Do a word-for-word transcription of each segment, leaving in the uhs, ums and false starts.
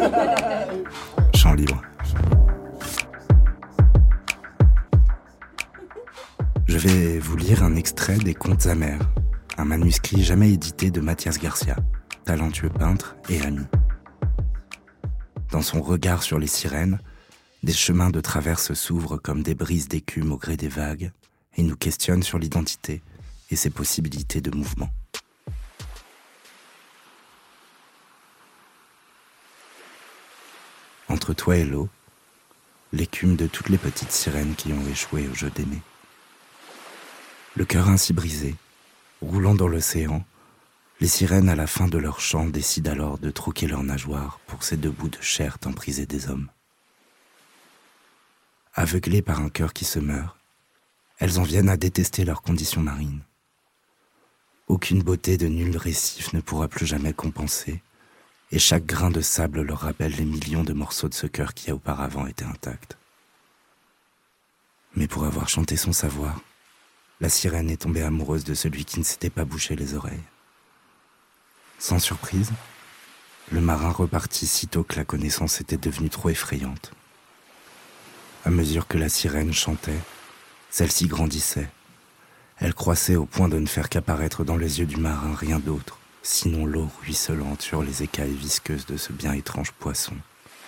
Chant libre. Je vais vous lire un extrait des Contes amers, un manuscrit jamais édité de Mathias Garcia, talentueux peintre et ami. Dans son regard sur les sirènes, des chemins de traverse s'ouvrent comme des brises d'écume au gré des vagues et nous questionnent sur l'identité et ses possibilités de mouvement. Entre toi et l'eau, l'écume de toutes les petites sirènes qui ont échoué au jeu d'aimer. Le cœur ainsi brisé, roulant dans l'océan, les sirènes à la fin de leur chant décident alors de troquer leurs nageoires pour ces deux bouts de chair emprisés des hommes. Aveuglées par un cœur qui se meurt, elles en viennent à détester leurs conditions marines. Aucune beauté de nul récif ne pourra plus jamais compenser, et chaque grain de sable leur rappelle les millions de morceaux de ce cœur qui a auparavant été intact. Mais pour avoir chanté son savoir, la sirène est tombée amoureuse de celui qui ne s'était pas bouché les oreilles. Sans surprise, le marin repartit sitôt que la connaissance était devenue trop effrayante. À mesure que la sirène chantait, celle-ci grandissait. Elle croissait au point de ne faire qu'apparaître dans les yeux du marin rien d'autre, sinon l'eau ruisselante sur les écailles visqueuses de ce bien étrange poisson.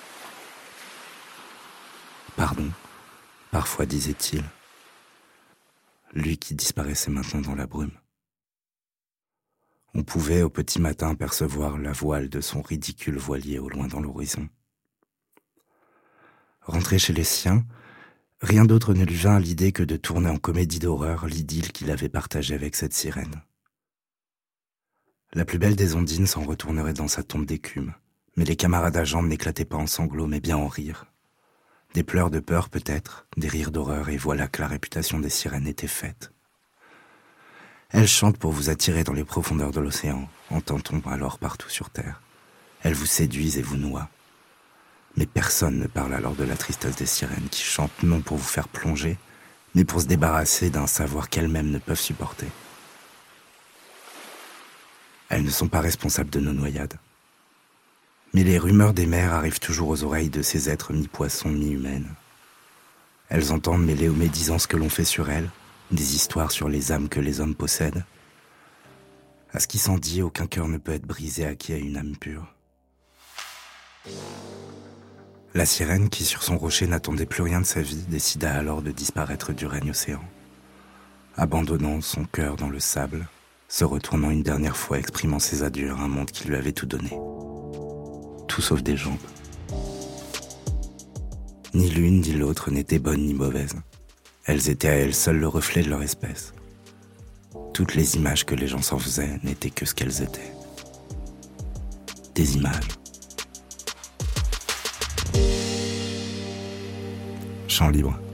« Pardon, parfois disait-il, lui qui disparaissait maintenant dans la brume. » On pouvait au petit matin percevoir la voile de son ridicule voilier au loin dans l'horizon. Rentré chez les siens, rien d'autre ne lui vint à l'idée que de tourner en comédie d'horreur l'idylle qu'il avait partagée avec cette sirène. La plus belle des ondines s'en retournerait dans sa tombe d'écume, mais les camarades à jambes n'éclataient pas en sanglots, mais bien en rires. Des pleurs de peur peut-être, des rires d'horreur, et voilà que la réputation des sirènes était faite. Elles chantent pour vous attirer dans les profondeurs de l'océan, entend-on alors partout sur terre. Elles vous séduisent et vous noient. Mais personne ne parle alors de la tristesse des sirènes qui chantent non pour vous faire plonger, mais pour se débarrasser d'un savoir qu'elles-mêmes ne peuvent supporter. Elles ne sont pas responsables de nos noyades. Mais les rumeurs des mers arrivent toujours aux oreilles de ces êtres mi-poissons, mi-humaines. Elles entendent mêler aux médisances que l'on fait sur elles, des histoires sur les âmes que les hommes possèdent. À ce qui s'en dit, aucun cœur ne peut être brisé à qui a une âme pure. La sirène, qui sur son rocher n'attendait plus rien de sa vie, décida alors de disparaître du règne océan, abandonnant son cœur dans le sable, se retournant une dernière fois, exprimant ses adieux à un monde qui lui avait tout donné. Tout sauf des jambes. Ni l'une ni l'autre n'étaient bonnes ni mauvaises. Elles étaient à elles seules le reflet de leur espèce. Toutes les images que les gens s'en faisaient n'étaient que ce qu'elles étaient. Des images. Chant libre.